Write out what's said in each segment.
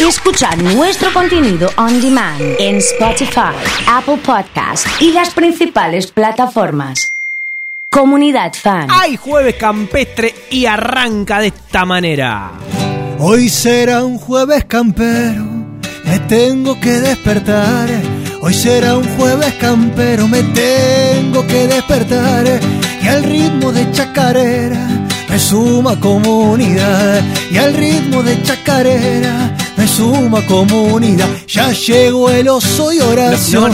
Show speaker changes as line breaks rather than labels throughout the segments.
Escuchar nuestro contenido on demand en Spotify, Apple Podcast y las principales plataformas. Comunidad Fan.
¡Ay, jueves campestre! Y arranca de esta manera.
Hoy será un jueves campero, me tengo que despertar. Hoy será un jueves campero, me tengo que despertar. Y al ritmo de chacarera me suma comunidad. Y al ritmo de chacarera me suma comunidad. Ya llegó el oso y Horacio.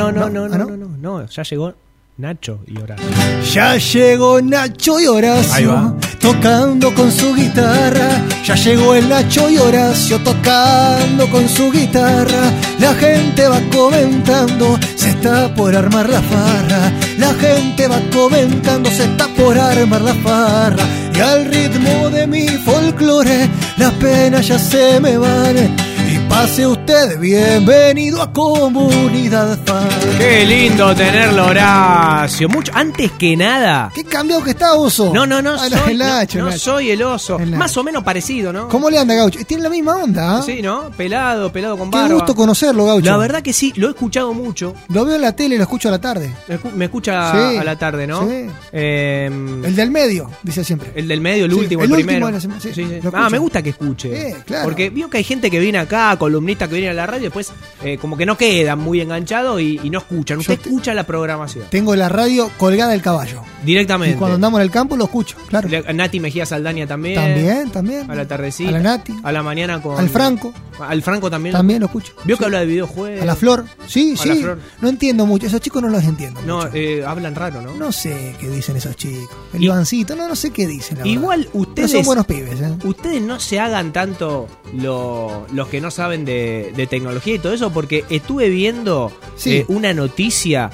No, ya llegó Nacho y Horacio.
Ya llegó Nacho y Horacio.
Ahí va.
Tocando con su guitarra. Ya llegó el Nacho y Horacio tocando con su guitarra. La gente va comentando, se está por armar la farra. La gente va comentando, se está por armar la farra. Y al ritmo de mi folclore, las penas ya se me van. Y pase usted, bienvenido a Comunidad Fan.
¡Qué lindo tenerlo, Horacio! Mucho, antes que nada.
¿Qué cambiado que está, oso?
No
Nacho.
Soy el oso.
El Nacho.
Más o menos parecido, ¿no?
¿Cómo le anda, Gaucho? Tiene la misma onda, ¿eh?
Sí, ¿no? Pelado con
Qué
barba.
gusto conocerlo, Gaucho.
La verdad que sí, lo he escuchado mucho.
Lo veo en la tele y lo escucho a la tarde.
Me escucha
Sí,
a la tarde, ¿no?
sí.
El
El del medio, dice siempre.
del medio, el
Sí,
último,
el
el
último
primero.
de la semana, sí, lo escucho.
Me gusta que escuche.
Claro.
Porque vio que hay gente que viene acá, columnistas que vienen a la radio, y después como que no quedan muy enganchados y no escuchan. Usted escucha la programación.
Tengo la radio colgada del caballo.
Directamente.
Y cuando andamos en el campo lo escucho, claro.
Nati Mejía Saldaña también.
También.
A la tardecita.
A la Nati.
A la mañana con...
Al Franco.
Al Franco también.
También lo escucho.
Vio
Sí.
que habla de videojuegos.
A la Flor. Sí.
A la Flor.
No entiendo mucho. Esos chicos no los entiendo
No,
mucho.
hablan raro, ¿no?
No sé qué dicen esos chicos. El
Y-
Ivancito, no sé qué dicen. La
Igual
verdad. Pero
ustedes...
son buenos pibes, ¿eh?
Ustedes no se hagan tanto los que no saben de tecnología y todo eso, porque estuve viendo
Sí.
una noticia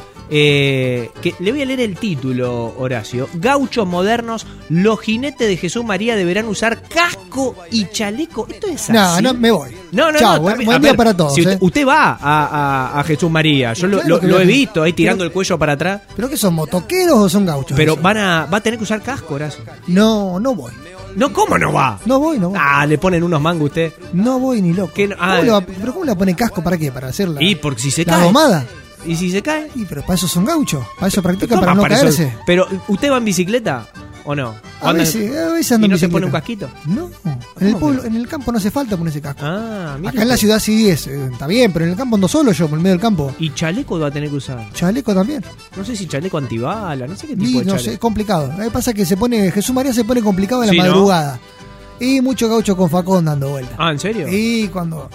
que le voy a leer el título, Horacio. Gauchos modernos, los jinetes de Jesús María deberán usar casco y chaleco. ¿Esto es así?
No, me voy.
No,
Chao,
también-
buen
a
día
ver,
para todos.
Si usted va a Jesús María, yo
Claro que
lo he
lo-
visto ahí tirando
pero-
el cuello para atrás,
¿Pero qué son, motoqueros o son gauchos?
pero
esos?
va a tener que usar casco, Horacio.
No voy.
No, ¿cómo no va?
No voy.
Le ponen unos mangos usted.
No voy ni loco.
¿Qué no?
¿Pero cómo le pone casco? ¿Para qué? ¿Para hacer la,
Y porque si se
la
cae.
domada?
¿Y si se cae?
Y pero para eso son gauchos. Para eso practican,
¿Cómo
para no
para eso?
caerse.
Pero, ¿usted va en bicicleta o no?
A veces ando
¿Y
en
no se
bicicleta.
pone un casquito?
No. En el pueblo, en el campo no hace falta ponerse casco.
Mire
Acá en la
usted.
ciudad sí está bien, pero en el campo ando solo yo, por el medio del campo.
¿Y chaleco va a tener que usar?
Chaleco también.
No sé si chaleco antibala, no sé qué tipo
Y
de
no
chaleco.
sé, es complicado. Lo que pasa es que Jesús María se pone complicado en
Sí,
la
¿no?
madrugada. Y mucho gaucho con facón dando vueltas.
¿En serio?
Y cuando.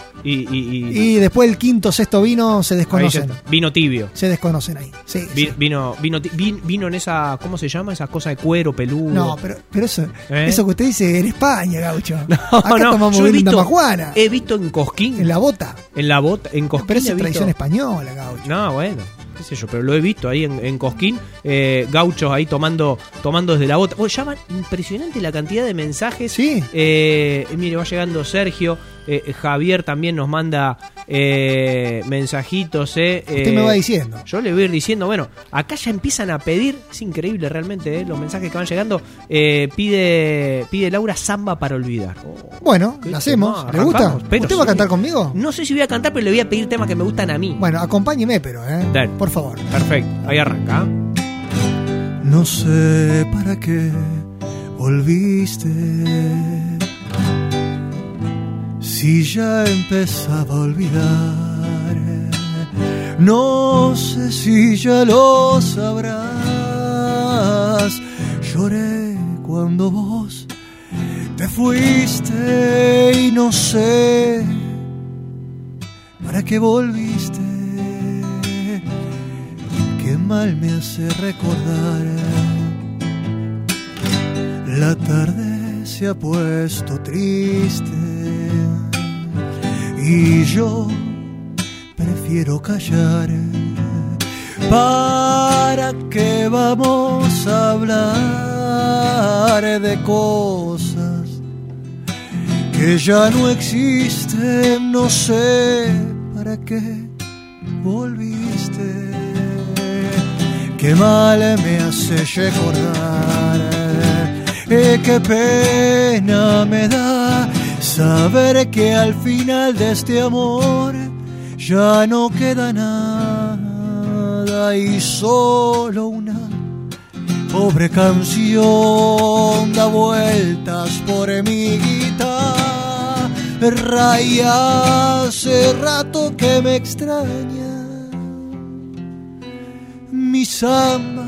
Y
Y después el quinto, sexto vino se
ahí ya
desconocen.
está. Vino tibio.
Se desconocen ahí. Sí, sí.
Vino en esa, ¿cómo se llama? Esas cosas de cuero, peludo.
No, pero eso,
¿Eh?
eso que usted dice en España, gaucho.
No,
Acá tomamos
yo he
una
visto,
majuana.
he visto en Cosquín.
En la bota.
En la bota, en Cosquín.
Pero esa
he
es
visto-
tradición española, gaucho.
No, bueno, qué sé yo, pero lo he visto ahí en Cosquín, gauchos ahí tomando desde la bota. Ya va impresionante la cantidad de mensajes.
Sí.
Mire, va llegando Sergio, Javier también nos manda mensajitos.
Usted me va diciendo.
Yo le voy a ir diciendo, bueno, acá ya empiezan a pedir, es increíble realmente los mensajes que van llegando. Pide Laura Samba para olvidar.
Bueno,
¿Qué
la hacemos.
tema?
¿Le gusta?
Arrancamos, pero
¿Usted va a
sí.
cantar conmigo?
No sé si voy a cantar, pero le voy a pedir temas que me gustan a mí.
Bueno, acompáñeme, pero,
Dale.
por favor.
Perfecto, ahí arranca.
No sé para qué volviste. Si ya empezaba a olvidar. No sé si ya lo sabrás. Lloré cuando vos te fuiste y no sé para qué volviste. Qué mal me hace recordar. La tarde se ha puesto triste y yo prefiero callar. ¿Para qué vamos a hablar de cosas que ya no existen? No sé para qué volviste. Qué mal me hace recordar. Qué pena me da saber que al final de este amor ya no queda nada y solo una pobre canción da vueltas por mi guitarra y hace rato que me extraña mi samba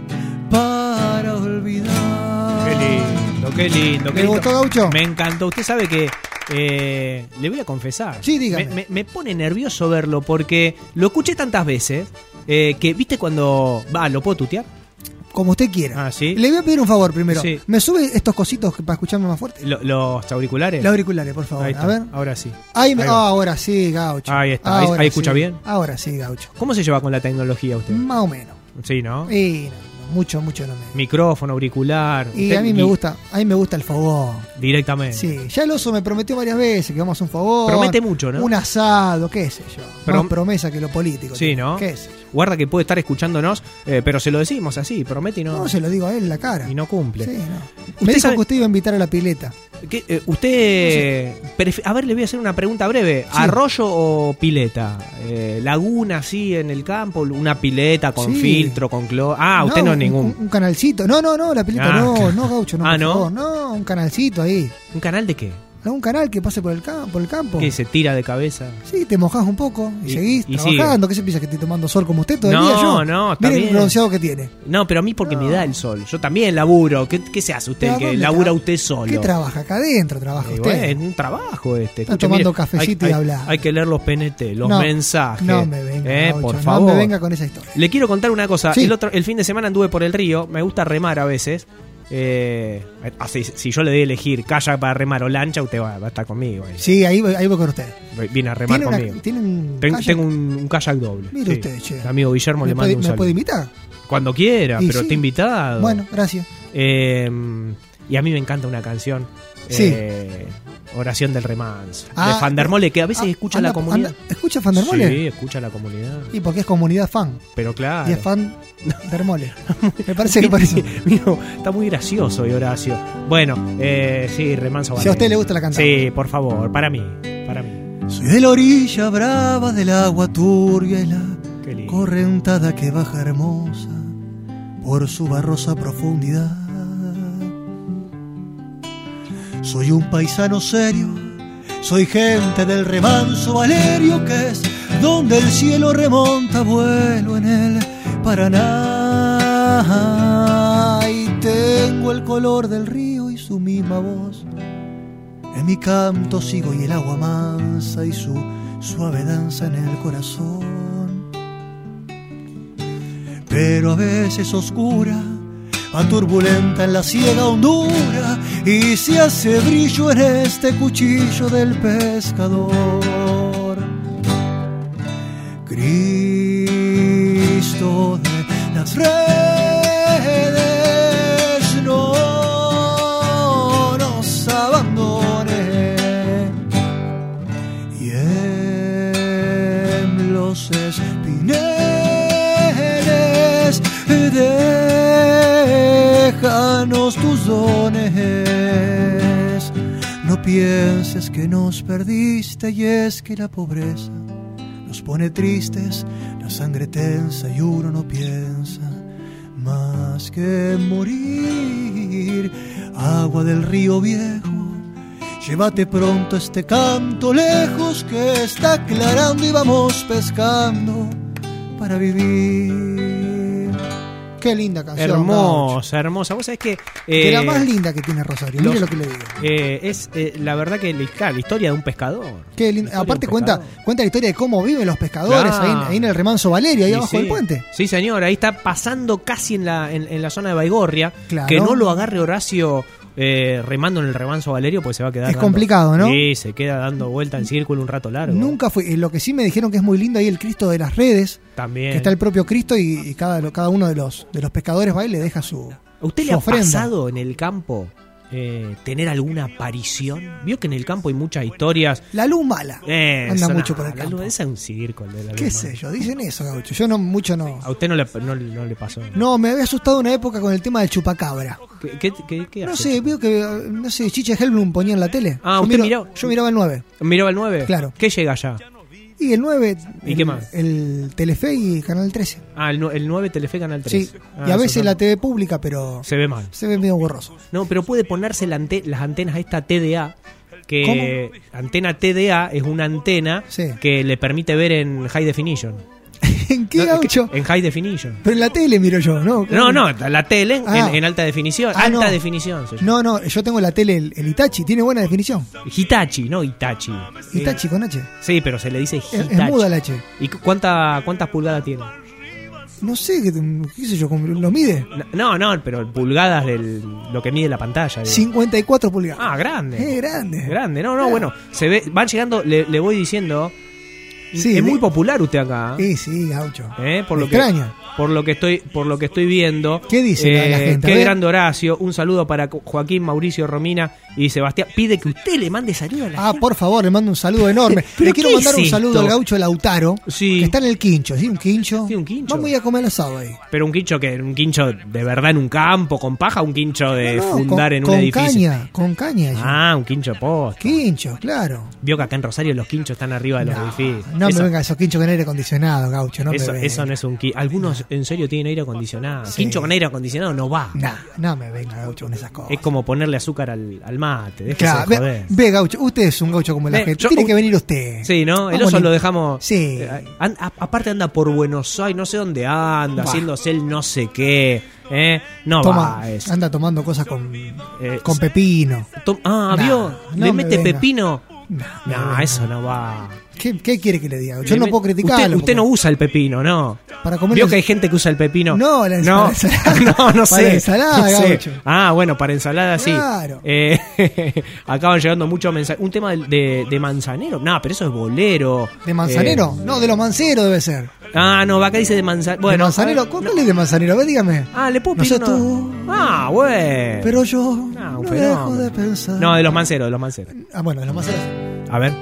para olvidar.
Qué lindo, qué lindo.
¿Le gustó, Gaucho?
Me encantó. Usted sabe que le voy a confesar.
Sí, dígame.
Me pone nervioso verlo porque lo escuché tantas veces que, ¿viste cuando... ¿lo puedo tutear?
Como usted quiera.
Ah, ¿sí?
Le voy a pedir un favor primero.
Sí.
¿Me sube estos cositos para escucharme más fuerte?
¿Los auriculares?
Los auriculares, por favor.
Ahí está.
A ver.
Ahora sí.
Ahí
va.
ahora sí, Gaucho.
Ahí está.
Ahora
Ahí escucha
sí.
bien.
Ahora sí, Gaucho.
¿Cómo se lleva con la tecnología usted?
Más o menos.
Sí, ¿no?
Y mucho no me.
Micrófono, auricular.
Y a mí me gusta el fogón.
Directamente.
Sí, ya el oso me prometió varias veces que vamos a un fogón.
Promete mucho, ¿no?
Un asado, qué sé yo.
Pero-
Más promesa que lo político.
Sí,
tiene.
¿no?
Qué sé yo.
Guarda que puede estar escuchándonos, pero se lo decimos así, promete y no,
No, se lo digo a él en la cara.
y no cumple.
Sí, no.
¿Usted
Me dijo
sabe-
que usted iba a invitar a la pileta.
Usted... A ver, le voy a hacer una pregunta breve.
Sí.
¿Arroyo o pileta? ¿Laguna así en el campo? ¿Una pileta con
Sí.
filtro, con cloro? Ah, usted no es ningún...
Un canalcito. No, la pileta
Ah,
no,
claro.
no, Gaucho, no.
Ah,
por
¿no?
favor. No, un canalcito ahí.
¿Un canal de qué?
Un canal que pase por el campo.
¿Que se tira de cabeza?
Sí, te mojás un poco y seguís
y
trabajando. ¿Qué se piensa que estoy tomando sol como usted todo el
No,
día? Yo.
no, está
Miren el
bien.
bronceado que tiene.
No, pero a mí porque me da el sol. Yo también laburo. ¿Qué se hace usted?
¿A
Que
dónde
labura
tra-
usted solo.
¿Qué trabaja? Acá adentro trabaja
Y
usted.
bueno, es un trabajo este.
Está
Escuche,
tomando
mire,
cafecito y hablar.
Hay que leer los PNT, los
No,
mensajes.
No me venga, Gaucho,
por favor.
no me venga con esa historia.
Le quiero contar una cosa.
Sí.
El fin de semana anduve por el río. Me gusta remar a veces. Si yo le doy a elegir kayak para remar o lancha, usted va a estar conmigo.
Sí, ahí voy con usted.
Viene a remar
¿Tiene,
conmigo.
¿tiene un kayak?
Tengo un kayak doble.
Mire
sí.
usted, che.
El amigo Guillermo le manda un
¿Me
saludo.
puede invitar?
Cuando quiera,
Y
pero
sí.
está invitado.
Bueno, gracias.
Y a mí me encanta una canción.
Sí.
Oración del remanso.
Ah,
de Fandermole, que a veces escucha la comunidad.
¿Escucha Fandermole?
Sí, escucha la comunidad.
Y porque es comunidad fan.
Pero claro.
Y es fan de Hermole. Me parece que por eso.
Mira, está muy gracioso hoy Horacio. Bueno, sí, remanso.
Si a usted le gusta la canción.
Sí, por favor, para mí.
Soy de la orilla brava del agua turbia y la
Qué lindo.
correntada que baja hermosa por su barrosa profundidad. Soy un paisano serio, soy gente del remanso Valerio, que es donde el cielo remonta vuelo en el Paraná. Y tengo el color del río y su misma voz. En mi canto sigo y el agua mansa y su suave danza en el corazón. Pero a veces oscura, va turbulenta en la ciega hondura y se hace brillo en este cuchillo del pescador. Cristo de las redes, no nos abandone, y en los espineles déjanos tus dones. No pienses que nos perdiste, y es que la pobreza nos pone tristes, la sangre tensa y uno no piensa más que morir. Agua del río viejo, llévate pronto este canto lejos, que está aclarando y vamos pescando para vivir. Qué linda canción.
Hermosa, hermosa. Vos sabés que...
De la más linda que tiene Rosario, mire lo que le digo.
Es la verdad que la historia de un pescador.
Qué linda.
La historia
Aparte
de un pescador.
cuenta la historia de cómo viven los pescadores
Claro.
ahí en el remanso Valerio, ahí
Y
abajo
sí.
del puente.
Sí, señor, ahí está pasando casi en la zona de Baigorria.
Claro.
Que no lo agarre Horacio remando en el remanso Valerio, pues se va a quedar.
Es complicado, ¿no?
Sí, se queda dando vuelta en círculo un rato largo.
Nunca fue. Lo que sí me dijeron que es muy lindo ahí el Cristo de las redes,
También.
que está el propio Cristo y cada uno de los pescadores va y le deja su.
¿A usted le
su
ha
ofrenda.
pasado en el campo tener alguna aparición? Vio que en el campo hay muchas historias.
La luz mala. Anda mucho por el
la
campo.
luz, esa es un circo, el de la luz
¿Qué
mala.
sé yo? Dicen eso, Gaucho. Yo no, mucho no.
¿A usted no le pasó?
No, me había asustado una época con el tema del chupacabra.
¿Qué
No
hace?
sé, veo que, no sé, Chiche Helblum ponía en la tele.
Ah,
Yo
¿usted
miro-
miró?
Yo miraba el 9.
¿Miraba el 9?
Claro.
¿Qué llega allá?
Y el 9.
¿Y qué más?
El Telefe y Canal 13.
Ah, el 9 Telefe Canal 3.
Sí.
Ah,
Y a
eso
veces
son-
la TV pública, pero
se ve mal.
se ve medio borroso.
No, pero puede ponerse las antenas a esta TDA. Que antena TDA es una antena
Sí.
que le permite ver en high definition.
¿En qué,
No,
Gaucho?
En high definition.
Pero en la tele miro yo, ¿no?
No, la tele en alta definición.
Ah,
alta
no.
definición se llama.
No, yo tengo la tele, el Itachi, tiene buena definición.
Hitachi, no Itachi.
Itachi con H.
Sí, pero se le dice
Es
Hitachi.
muda la H.
¿Y cuántas pulgadas tiene?
No sé, qué sé yo, ¿lo mide?
No, pero pulgadas de lo que mide la pantalla. digo.
54 pulgadas.
Ah, grande.
Grande.
Grande. No, bueno, se ve, van llegando, le voy diciendo.
Sí,
es muy popular usted acá.
Sí, Gaucho.
Por lo
extraña.
por lo que estoy viendo.
¿Qué dice la gente? A
Qué
ver.
grande Horacio. Un saludo para Joaquín, Mauricio, Romina y Sebastián. Pide que usted le mande saludo a la gente.
Por favor, le mando un saludo enorme.
¿Pero
Le quiero
qué
mandar
es
un
esto?
saludo al Gaucho Lautaro,
Sí.
que está en el quincho, ¿sí? Un quincho.
Sí, un quincho.
Vamos a ir a comer asado ahí.
Pero un quincho de verdad en un campo con paja, un quincho de
No,
fundar en un
con
edificio.
Con caña.
Ah, un quincho post.
Quincho, claro.
Vio que acá en Rosario los quinchos están arriba de los edificios.
No
Eso-
me venga esos quinchos con aire acondicionado, Gaucho. No
eso,
me venga.
eso no es un quincho. Algunos en serio tienen aire acondicionado.
Sí.
Quincho con aire acondicionado no va.
No me venga, Gaucho, con esas cosas.
Es como ponerle azúcar al mate. Déjese
Claro,
de joder.
ve, Gaucho, usted es un Gaucho como la gente.
Yo-
Tiene que venir usted.
Sí, ¿no? El
Vamos
oso
ni-
lo dejamos.
Sí.
Aparte anda por Buenos Aires, no sé dónde anda,
Bah.
haciéndose el no sé qué. No
Toma,
va eso.
anda tomando cosas con pepino. Nah,
¿Vio?
no
¿Le
me
mete
venga.
pepino?
No,
No, eso no va.
¿Qué quiere que le diga? Yo
Le
no
met-
puedo criticarlo.
Usted no usa el pepino, ¿no?
Para comer
¿Vio
la-
que hay gente que usa el pepino?
No, la ensalada.
No sé.
Para ensalada,
No sé.
Gaucho.
Ah, bueno, para ensalada sí.
Claro.
Acaban llegando muchos mensajes. Un tema de manzanero. No, pero eso es bolero.
¿De manzanero? No, de los manceros debe ser.
No, acá dice de manzanero. Bueno,
¿De manzanero?
a ver,
¿Cuál
no.
es de manzanero? A ver, dígame.
Le puedo
No
pedir
sé
uno?
tú,
Ah, bueno.
pero yo
un
no
fenómeno.
dejo de pensar.
No, de los manceros, de los manceros.
Bueno, de los manceros.
A ver.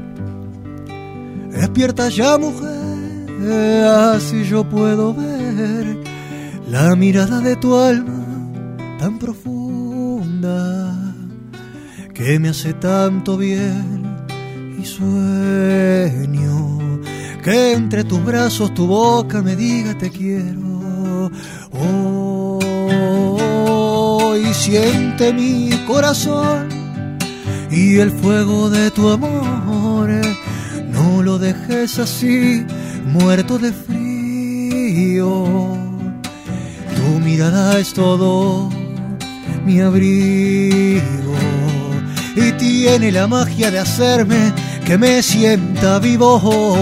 Despierta ya, mujer, así yo puedo ver la mirada de tu alma tan profunda que me hace tanto bien y sueño que entre tus brazos tu boca me diga te quiero. Hoy siente mi corazón y el fuego de tu amor. No lo dejes así, muerto de frío. Tu mirada es todo mi abrigo y tiene la magia de hacerme que me sienta vivo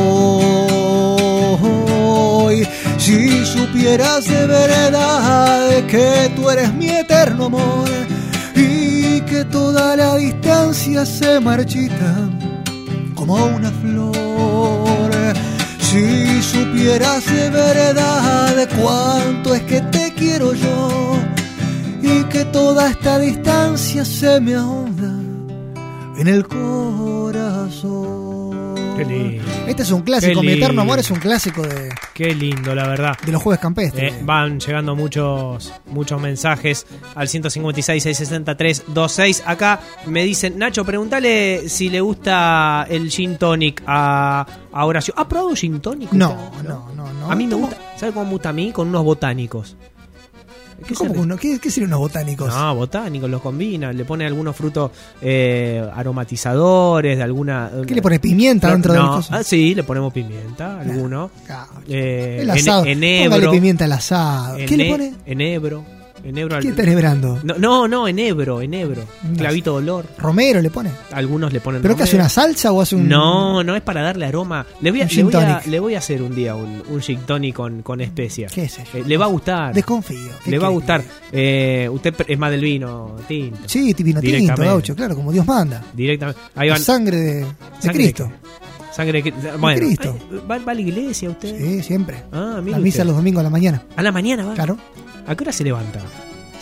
hoy. Si supieras de verdad que tú eres mi eterno amor y que toda la distancia se marchita como una flor. Si supieras de verdad cuánto es que te quiero yo y que toda esta distancia se me ahonda en el corazón.
Qué lindo.
Este es un clásico,
Qué
Mi eterno
lindo.
amor es un clásico
Qué lindo, la verdad.
de los jueves campestres.
Van llegando muchos mensajes al 156-663-26. Acá me dicen, Nacho, pregúntale si le gusta el gin tonic a Horacio. ¿Ha probado gin tonic?
No.
A mí me
¿Cómo?
gusta. ¿Sabe cómo me gusta a mí? Con unos botánicos.
¿Cómo que uno? ¿Qué serían unos botánicos?
No, botánicos, los combina, le pone algunos frutos aromatizadores, de alguna...
¿Qué le pone pimienta dentro de las cosas?
Sí, le ponemos pimienta, alguno.
El asado. Póngale
Enebro.
pimienta al asado. ¿Qué le pone?
Enebro.
¿Qué está enhebrando?
No, enebro. Clavito de olor.
¿Romero le pone?
Algunos le ponen
¿Pero qué hace,
romero.
una salsa o hace un...?
No, es para darle aroma.
Un gin tonic.
Le voy a hacer un día un gin tonic con especias.
¿Qué es eso?
Le va a gustar.
Desconfío. ¿Qué
Le va a
quiere
gustar.
que
Usted es más del vino tinto.
diga? Sí, vino tinto,
Directamente.
Gaucho, claro, como Dios manda.
Directamente. Ahí
La
van.
sangre de
Sangre
Cristo.
Sangre de bueno,
Cristo.
¿Va a la iglesia usted?
Sí, siempre.
Ah, mire
La misa
usted.
los domingos a la mañana.
¿A la mañana va?
Claro.
¿A qué hora se levanta?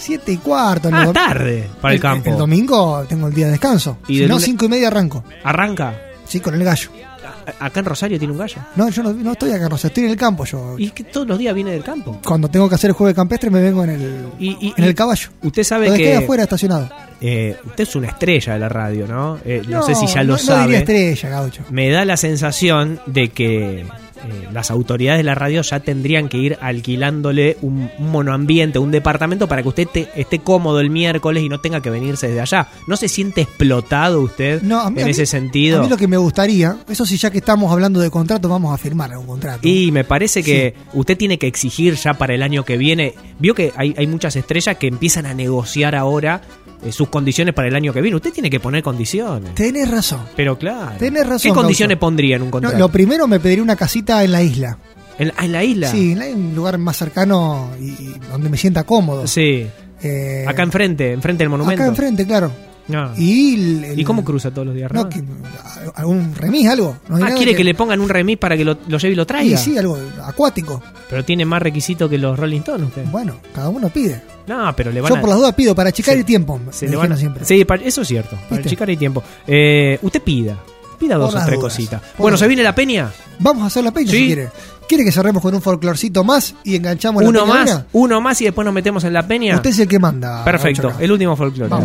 7:15.
Tarde para el campo.
El domingo tengo el día de descanso.
¿Y
Si
de
no,
lunes?
5:30 arranco.
¿Arranca?
Sí, con el gallo.
¿Acá en Rosario tiene un gallo?
No, yo no estoy acá, Rosa, estoy en el campo yo.
Y es que todos los días viene del campo.
Cuando tengo que hacer el juego campestre me vengo en el caballo.
Usted sabe
Lo dejé
que
afuera estacionado.
usted es una estrella de la radio, ¿no? No sé si ya lo
No
sabe.
diría estrella, gaucho.
Me da la sensación de que las autoridades de la radio ya tendrían que ir alquilándole un monoambiente, un departamento para que usted esté cómodo el miércoles y no tenga que venirse desde allá. ¿No se siente explotado usted en ese sentido?
A mí lo que me gustaría, eso sí, ya que estamos hablando de contrato, vamos a firmar un contrato.
Y me parece que usted tiene que exigir ya para el año que viene. Vio que hay muchas estrellas que empiezan a negociar ahora sus condiciones para el año que viene. Usted tiene que poner condiciones.
Tenés razón.
Pero claro.
Tenés razón.
¿Qué condiciones
Gaucho
pondría en un contrato?
No, lo primero me pediría una casita en la isla.
¿En la isla?
Sí, en un lugar más cercano y donde me sienta cómodo.
Sí. Acá enfrente del monumento.
Acá enfrente, claro.
No.
¿Y
cómo cruza todos los días?
No, ¿algún remis, algo? No hay nada
¿quiere que le pongan un remis para que lo lleve y lo traiga?
Sí, algo acuático.
Pero tiene más requisito que los Rolling Stones usted.
Bueno, cada uno pide.
No, pero le van
Yo por las dudas pido, para achicar el tiempo.
Se le van
siempre.
Sí, eso es cierto. Para achicar el tiempo. Usted pida dos o tres cositas. Bueno, ¿se viene la peña?
Vamos a hacer la peña
¿Sí?
si quiere. ¿Quiere que cerremos con un folclorcito más y enganchamos la peña?
Uno más y después nos metemos en la peña.
Usted es el que manda.
Perfecto, el último folclore.
Vamos.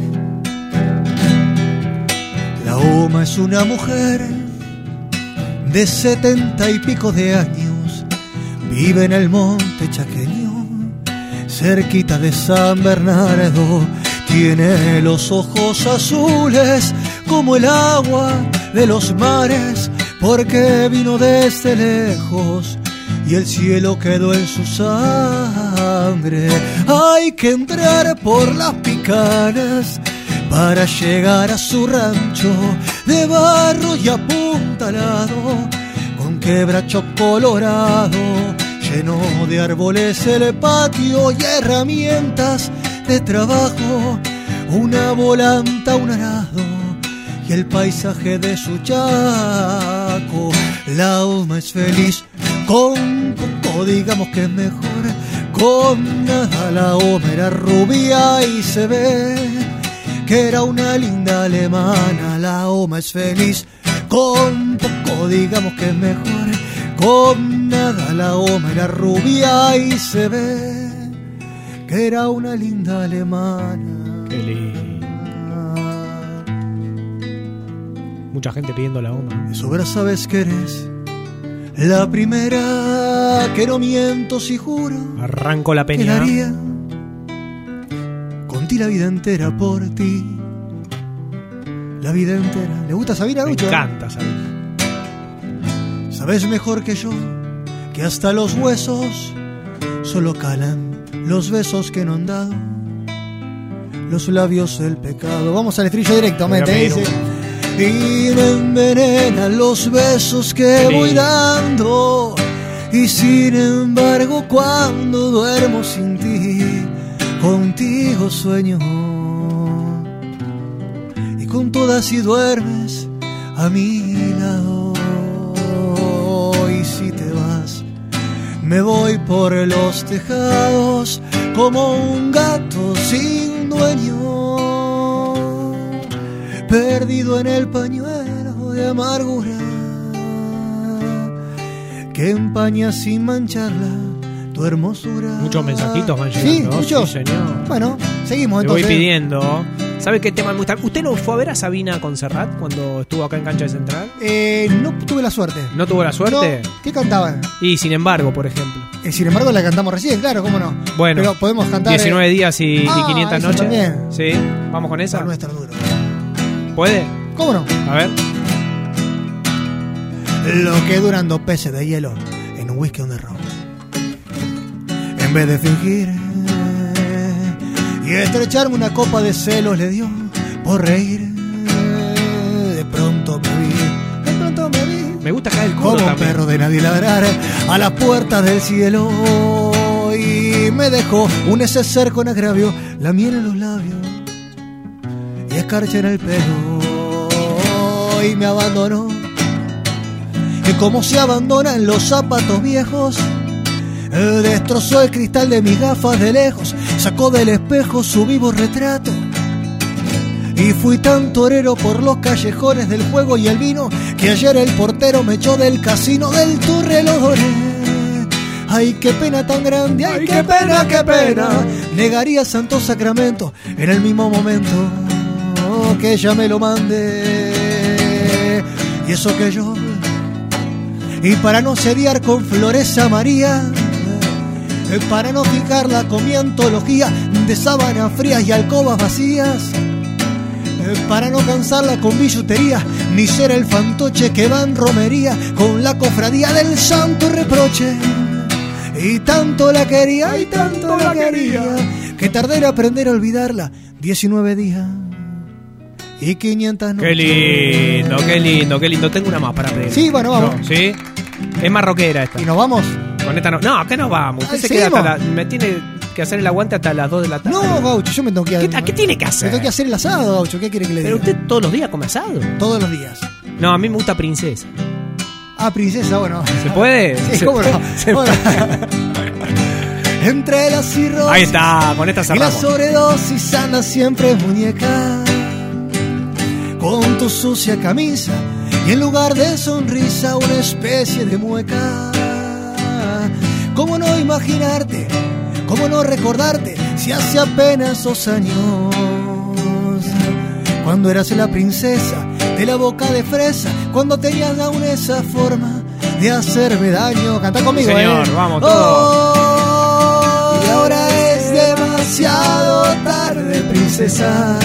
La Oma es una mujer de 70 y pico de años. Vive en el monte chaqueño, cerquita de San Bernardo. Tiene los ojos azules como el agua de los mares, porque vino desde lejos y el cielo quedó en su sangre. Hay que entrar por las picanas para llegar a su rancho de barro y apuntalado, con quebracho colorado, lleno de árboles el patio y herramientas de trabajo, una volanta, un arado y el paisaje de su chaco. La Oma es feliz con poco, digamos que es mejor con nada. La Oma era rubia y se ve que era una linda alemana. La Oma es feliz con poco, digamos que es mejor con nada. La Oma era rubia y se ve que era una linda alemana.
Qué lindo. Mucha gente pidiendo la Oma.
De sobra sabes que eres la primera, que no miento si juro.
Arranco la
Que
peña.
daría con ti la vida entera por ti. La vida entera. ¿Le gusta Sabina,
Me
Gaucho?
encanta, ¿sabes?
Sabes mejor que yo que hasta los huesos solo calan los besos que no han dado, los labios del pecado. Vamos al estribillo directamente, dice. Y me envenenan los besos que voy dando, y sin embargo cuando duermo sin ti, contigo sueño, y con todas si duermes a mi lado. Y si te vas, me voy por los tejados como un gato sin dueño, perdido en el pañuelo de amargura que empaña sin mancharla tu hermosura.
Muchos mensajitos van llegando.
Sí, muchos.
Sí, señor.
Bueno, seguimos
Le voy
entonces.
pidiendo. ¿Sabe qué tema me gusta? ¿Usted lo fue a ver a Sabina Conserrat cuando estuvo acá en Cancha de Central?
No tuve la suerte.
¿No tuvo la suerte?
No. ¿Qué cantaban?
Y sin embargo, por ejemplo.
Sin embargo, la cantamos recién, claro, cómo no.
Bueno,
pero podemos cantar
19 días y 500
esa
noches.
también.
Sí, vamos con esa.
Por nuestro duro.
¿Puede?
¿Cómo no?
A ver.
Lo que duran 2 peces de hielo en un whisky on the road. En vez de fingir y estrecharme una copa de celos, le dio por reír. De pronto me vi
Me gusta acá el coro
como un
también.
perro de nadie ladrar a las puertas del cielo, y me dejó un neceser con agravio, la miel en los labios y escarcha en el pelo, y me abandonó. Y como se abandonan los zapatos viejos, destrozó el cristal de mis gafas de lejos, sacó del espejo su vivo retrato. Y fui tan torero por los callejones del juego y el vino, que ayer el portero me echó del casino del Turrelores. Ay, qué pena tan grande, ay, qué pena, qué pena. Negaría Santo Sacramento en el mismo momento que ella me lo mande. Y eso que yo, y para no sediar con flores a María, para no fijarla con mi antología de sábanas frías y alcobas vacías, para no cansarla con billutería, ni ser el fantoche que va en romería con la cofradía del santo reproche. Y tanto la quería, y tanto la quería, que tardé en aprender a olvidarla 19 días y 500 noches.
Qué lindo, qué lindo, qué lindo. Tengo una más para pedir.
Sí, bueno, vamos.
No, ¿sí? Es más rockera esta.
¿Y nos vamos?
Con esta no. No, acá nos vamos. Usted se queda hasta me tiene que hacer el aguante hasta las 2 de la tarde.
No, Gaucho, yo me tengo que...
¿A qué tiene que hacer?
Me tengo que hacer el asado, Gaucho. ¿Qué quiere que le diga?
Pero usted todos los días come asado.
Todos los días.
No, a mí me gusta princesa.
Ah, princesa, bueno.
¿Se puede?
Sí, ¿cómo no? Bueno. Entre la cirrosis,
ahí está, con esta
y
cerramos.
la sobredosis anda siempre muñeca, con tu sucia camisa y en lugar de sonrisa una especie de mueca. ¿Cómo no imaginarte? ¿Cómo no recordarte si hace apenas 2 años, cuando eras la princesa de la boca de fresa, cuando tenías aún esa forma de hacerme daño? Canta conmigo,
señor, vamos todos.
Y ahora es demasiado tarde, princesa.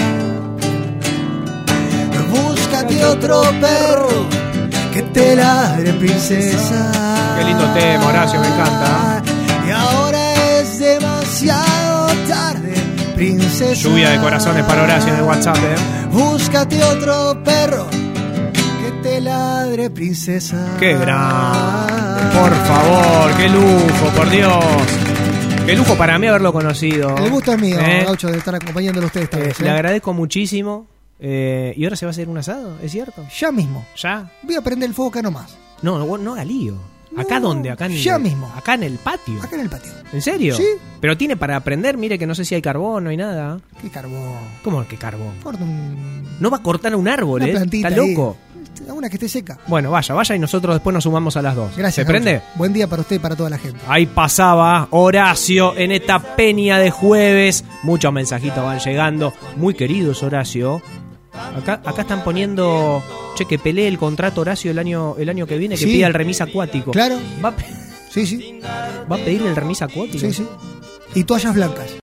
Búscate otro perro que te ladre, princesa.
Qué lindo tema, Horacio, me encanta.
Y ahora es demasiado tarde, princesa.
Lluvia de corazones para Horacio en el WhatsApp,
Búscate otro perro que te ladre, princesa.
Qué grande, por favor, qué lujo, por Dios. Qué lujo para mí haberlo conocido.
El gusto es mío, Gaucho, de estar acompañándolo a ustedes esta vez.
Le agradezco muchísimo. ¿Y ahora se va a hacer un asado? ¿Es cierto?
Ya mismo.
¿Ya?
Voy a prender el fuego acá nomás.
No haga lío. ¿Acá
No,
dónde? Acá
ya mismo.
Acá en el patio.
Acá en el patio.
¿En serio?
Sí.
Pero tiene para prender, mire que no sé si hay carbón, no hay nada.
¿Qué carbón?
¿Cómo que carbón?
Corta
No va a cortar un árbol,
una plantita
¿Está loco?
ahí. Una que esté seca.
Bueno, vaya y nosotros después nos sumamos a las 2.
Gracias.
¿Se prende?
Gaucho. Buen día para usted y para toda la gente.
Ahí pasaba Horacio en esta peña de jueves. Muchos mensajitos van llegando. Muy queridos, Horacio. Acá están poniendo, que pelee el contrato Horacio el año que viene, que
Sí.
pida el remis acuático.
Claro.
¿Va
Sí.
a pedir el remis acuático?
Sí. Y toallas blancas.